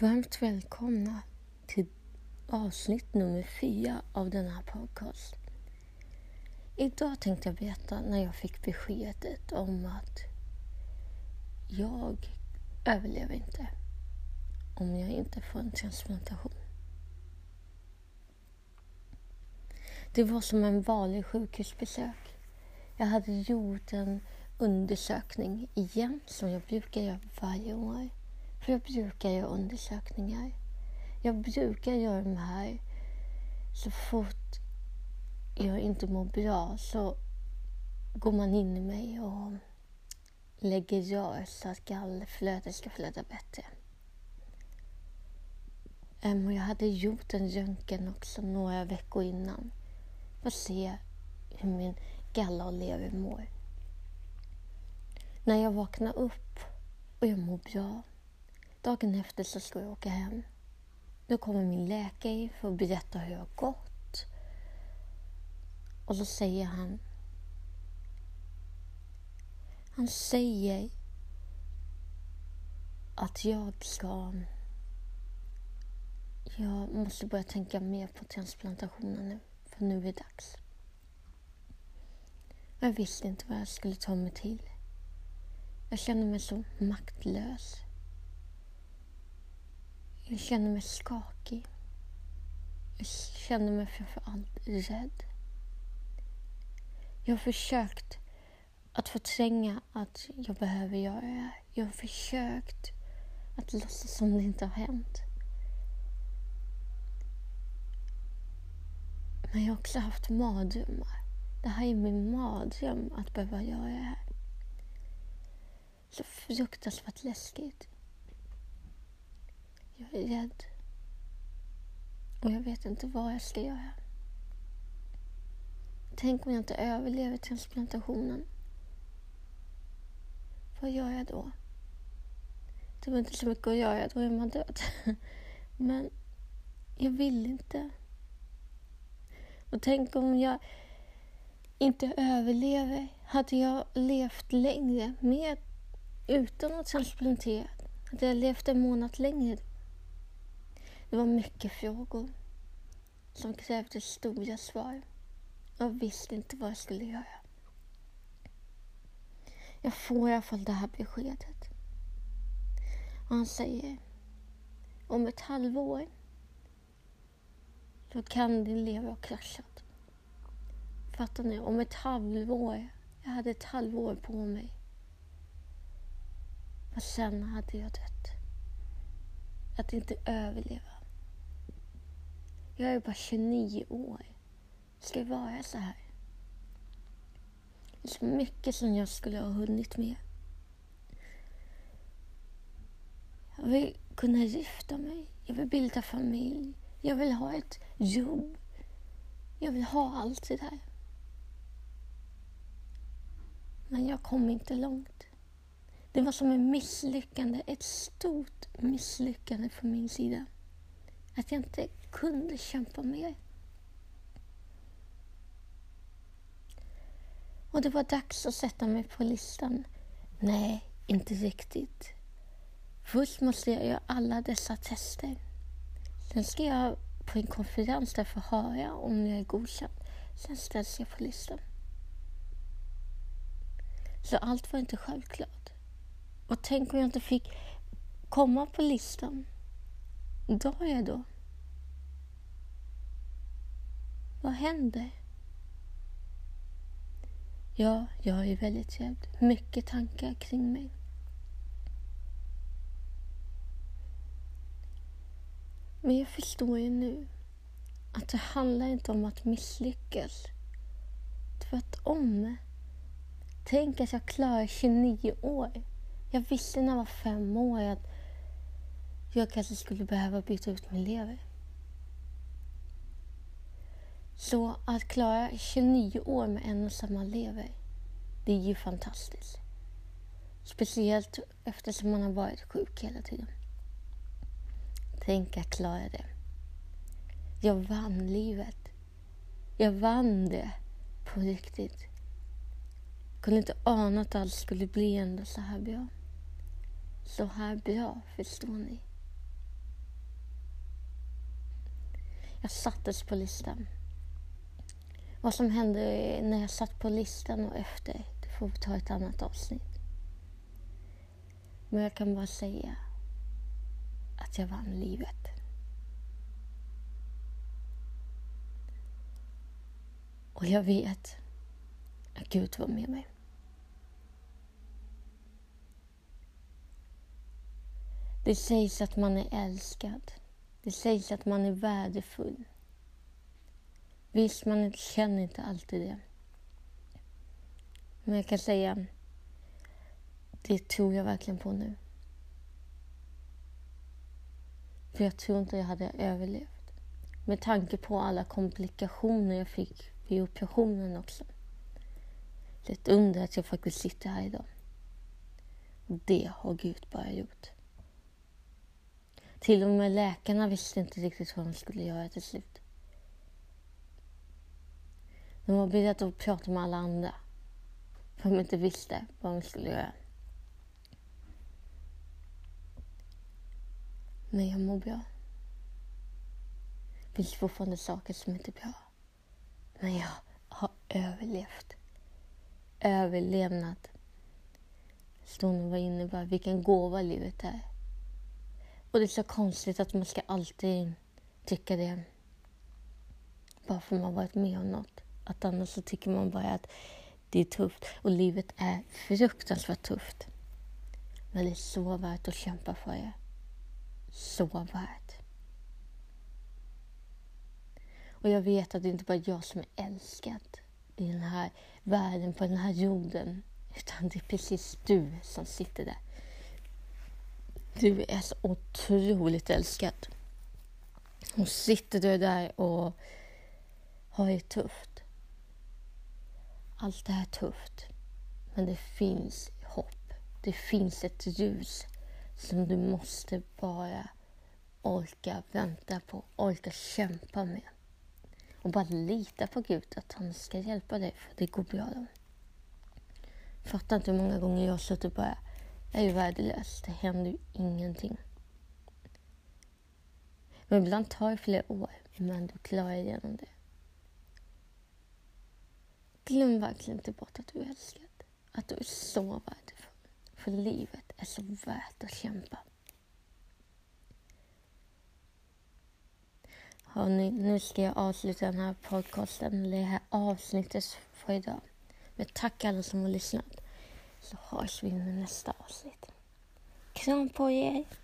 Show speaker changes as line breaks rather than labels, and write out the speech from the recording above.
Varmt välkomna till avsnitt nummer 4 av den här podcast. Idag tänkte jag berätta när jag fick beskedet om att jag överlever inte om jag inte får en transplantation. Det var som en vanlig sjukhusbesök. Jag hade gjort en undersökning igen som jag brukar göra varje år. För jag brukar göra undersökningar. Jag brukar göra de här så fort jag inte mår bra, så går man in i mig och lägger rör så att gallflödet ska flöda bättre. Och jag hade gjort en röntgen också några veckor innan för att se hur min galla och lever mår. När jag vaknar upp och jag mår bra, dagen efter så ska jag åka hem. Då kommer min läkare för att berätta hur jag har gått. Och så säger han säger att jag måste börja tänka mer på transplantationen nu. För nu är det dags. Jag visste inte vad jag skulle ta mig till. Jag känner mig så maktlös. Jag känner mig skakig. Jag känner mig framförallt rädd. Jag har försökt att förtränga att jag behöver göra det här. Jag har försökt att låtsas som det inte har hänt. Men jag har också haft mardrömmar. Det här är min mardröm att behöva göra det här. Så fruktansvärt läskigt. Jag är rädd. Och jag vet inte vad jag ska göra. Tänk om jag inte överlever transplantationen. Vad gör jag då? Det var inte så mycket att göra, då är man död. Men jag vill inte. Och tänk om jag inte överlever. Hade jag levt längre utan att transplantera? Hade jag levt en månad längre? Det var mycket frågor som krävde stora svar. Jag visste inte vad jag skulle göra. Jag får i alla fall det här beskedet. Och han säger: om ett halvår så kan din lever ha kraschat. Fattar ni? Om ett halvår. Jag hade ett halvår på mig. Och sen hade jag dött. Att inte överleva. Jag är bara 29 år. Ska det vara så här? Det är så mycket som jag skulle ha hunnit med. Jag vill kunna gifta mig. Jag vill bilda familj. Jag vill ha ett jobb. Jag vill ha allt det där. Men jag kom inte långt. Det var som en misslyckande. Ett stort misslyckande från min sida. Att jag inte kunde kämpa mer. Och det var dags att sätta mig på listan. Nej, inte riktigt. Först måste jag göra alla dessa tester. Sen ska jag på en konferens där för att höra om jag är godkänd. Sen ställs jag på listan. Så allt var inte självklart. Och tänk om jag inte fick komma på listan. Då är jag då. Vad händer? Ja, jag är väldigt rädd. Mycket tankar kring mig. Men jag förstår ju nu att det handlar inte om att misslyckas. Tvärtom. Tänk att jag klarar 29 år. Jag visste när jag var 5 år att jag kanske skulle behöva byta ut min lever. Så att klara 29 år med en och samma lever, det är ju fantastiskt. Speciellt eftersom man har varit sjuk hela tiden. Tänk att klara det. Jag vann livet. Jag vann det på riktigt. Jag kunde inte ana att allt skulle bli ändå så här bra. Så här bra, förstår ni? Jag sattes på listan. Vad som hände när jag satt på listan och efter, det får vi ta ett annat avsnitt. Men jag kan bara säga att jag vann livet. Och jag vet att Gud var med mig. Det sägs att man är älskad. Det sägs att man är värdefull. Visst, man känner inte alltid det. Men jag kan säga, det tror jag verkligen på nu. För jag tror inte jag hade överlevt. Med tanke på alla komplikationer jag fick vid operationen också. Det är ett under att jag faktiskt sitter här idag. Och det har Gud bara gjort. Till och med läkarna visste inte riktigt vad de skulle göra till slut. De var beredda att prata med alla andra. För de inte visste vad de skulle göra. Men jag mår bra. Det finns fortfarande saker som inte är bra. Men jag har överlevt. Överlevnad. Stunden var inne bara vilken gåva livet är. Och det är så konstigt att man ska alltid tycka det. Bara för man har varit med om något. Att annars så tycker man bara att det är tufft. Och livet är fruktansvärt tufft. Men det är så värt att kämpa för det. Så värt. Och jag vet att det inte bara är jag som är älskad i den här världen, på den här jorden. Utan det är precis du som sitter där. Du är så otroligt älskad. Och sitter du där och har det tufft. Allt det här är tufft. Men det finns hopp. Det finns ett ljus som du måste bara orka vänta på. Orka kämpa med. Och bara lita på Gud att han ska hjälpa dig. För det går bra då. Fattar inte hur många gånger jag har suttit och bara, jag är ju värdelös. Det händer ju ingenting. Men ibland tar det flera år. Men du klarar igenom det. Glöm verkligen inte bort att du är älskad. Att du är så värdefull. För livet är så värt att kämpa. Hörrni, nu ska jag avsluta den här podcasten. Det här avsnittet för idag. Men tack alla som har lyssnat. Så hörs vi med nästa avsnitt. Kram på er.